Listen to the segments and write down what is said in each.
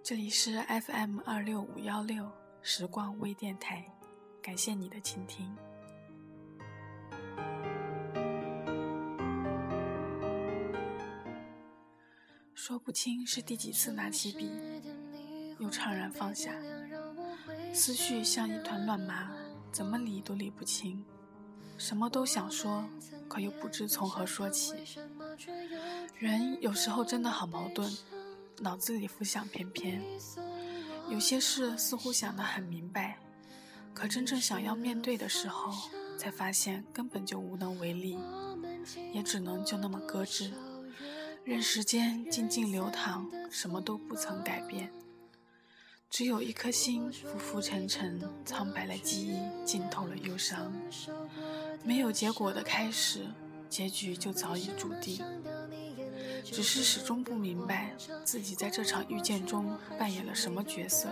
这里是 FM26516时光微电台，感谢你的倾听。说不清是第几次拿起笔，又怅然放下，思绪像一团乱麻，怎么理都理不清，什么都想说，可又不知从何说起。人有时候真的好矛盾，脑子里浮想翩翩，有些事似乎想得很明白，可真正想要面对的时候，才发现根本就无能为力，也只能就那么搁置，任时间静静流淌，什么都不曾改变。只有一颗心浮浮沉沉，苍白了记忆，浸透了忧伤。没有结果的开始，结局就早已注定。只是始终不明白自己在这场遇见中扮演了什么角色。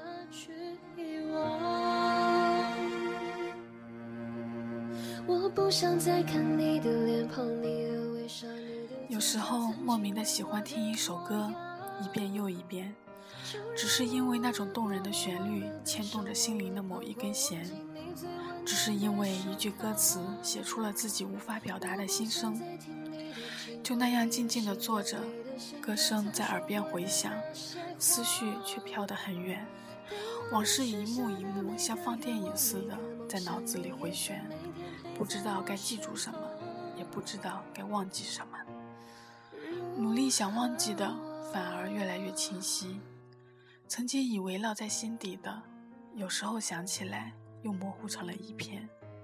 我不想再看你的脸庞，你的微笑。 有时候莫名的喜欢听一首歌，一遍又一遍，只是因为那种动人的旋律牵动着心灵的某一根弦，只是因为一句歌词写出了自己无法表达的心声。就那样静静地坐着，歌声在耳边回响，思绪却飘得很远，往事一幕一幕像放电影似的在脑子里回旋，不知道该记住什么，也不知道该忘记什么。努力想忘记的反而越来越清晰，曾经以为烙在心底的，有时候想起来又模糊成了一片。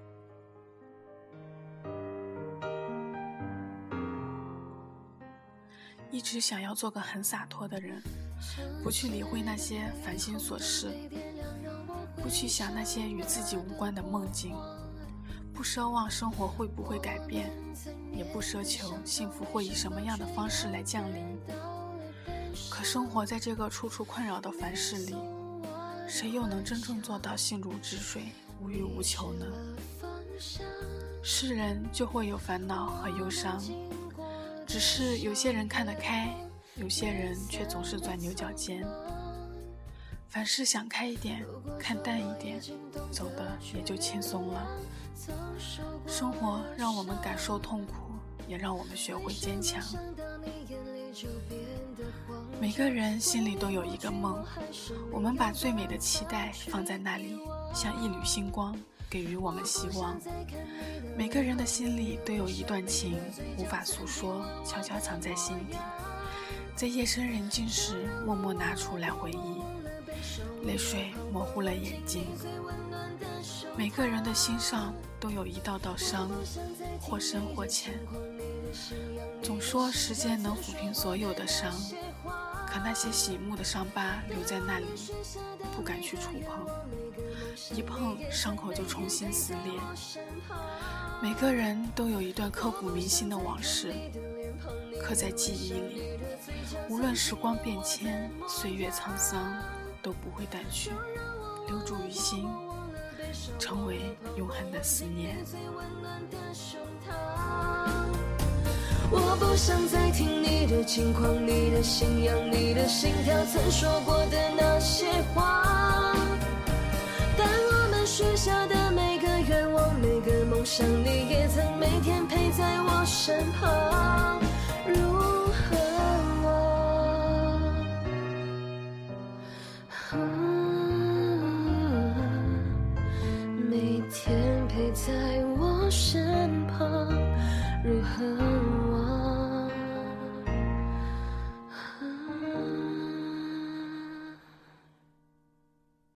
一直想要做个很洒脱的人，不去理会那些烦心琐事，不去想那些与自己无关的梦境，不奢望生活会不会改变，也不奢求幸福会以什么样的方式来降临。可生活在这个处处困扰的凡事里，谁又能真正做到心如止水，无欲无求呢？是人就会有烦恼和忧伤，只是有些人看得开，有些人却总是钻牛角尖。凡事想开一点，看淡一点，走得也就轻松了。生活让我们感受痛苦，也让我们学会坚强。每个人心里都有一个梦，我们把最美的期待放在那里，像一缕星光，给予我们希望。每个人的心里都有一段情，无法诉说，悄悄藏在心底，在夜深人静时默默拿出来回忆，泪水模糊了眼睛。每个人的心上都有一道道伤，或深或浅。总说时间能抚平所有的伤，可那些醒目的伤疤留在那里，不敢去触碰，一碰伤口就重新撕裂。每个人都有一段刻骨铭心的往事，刻在记忆里，无论时光变迁，岁月沧桑，都不会淡去，留住于心，成为永恒的思念。 我不想再听你的轻狂，你的信仰，你的心跳，曾说过的那些话。但我们许下的每个愿望，每个梦想，你也曾每天陪在我身旁。如何我每天陪在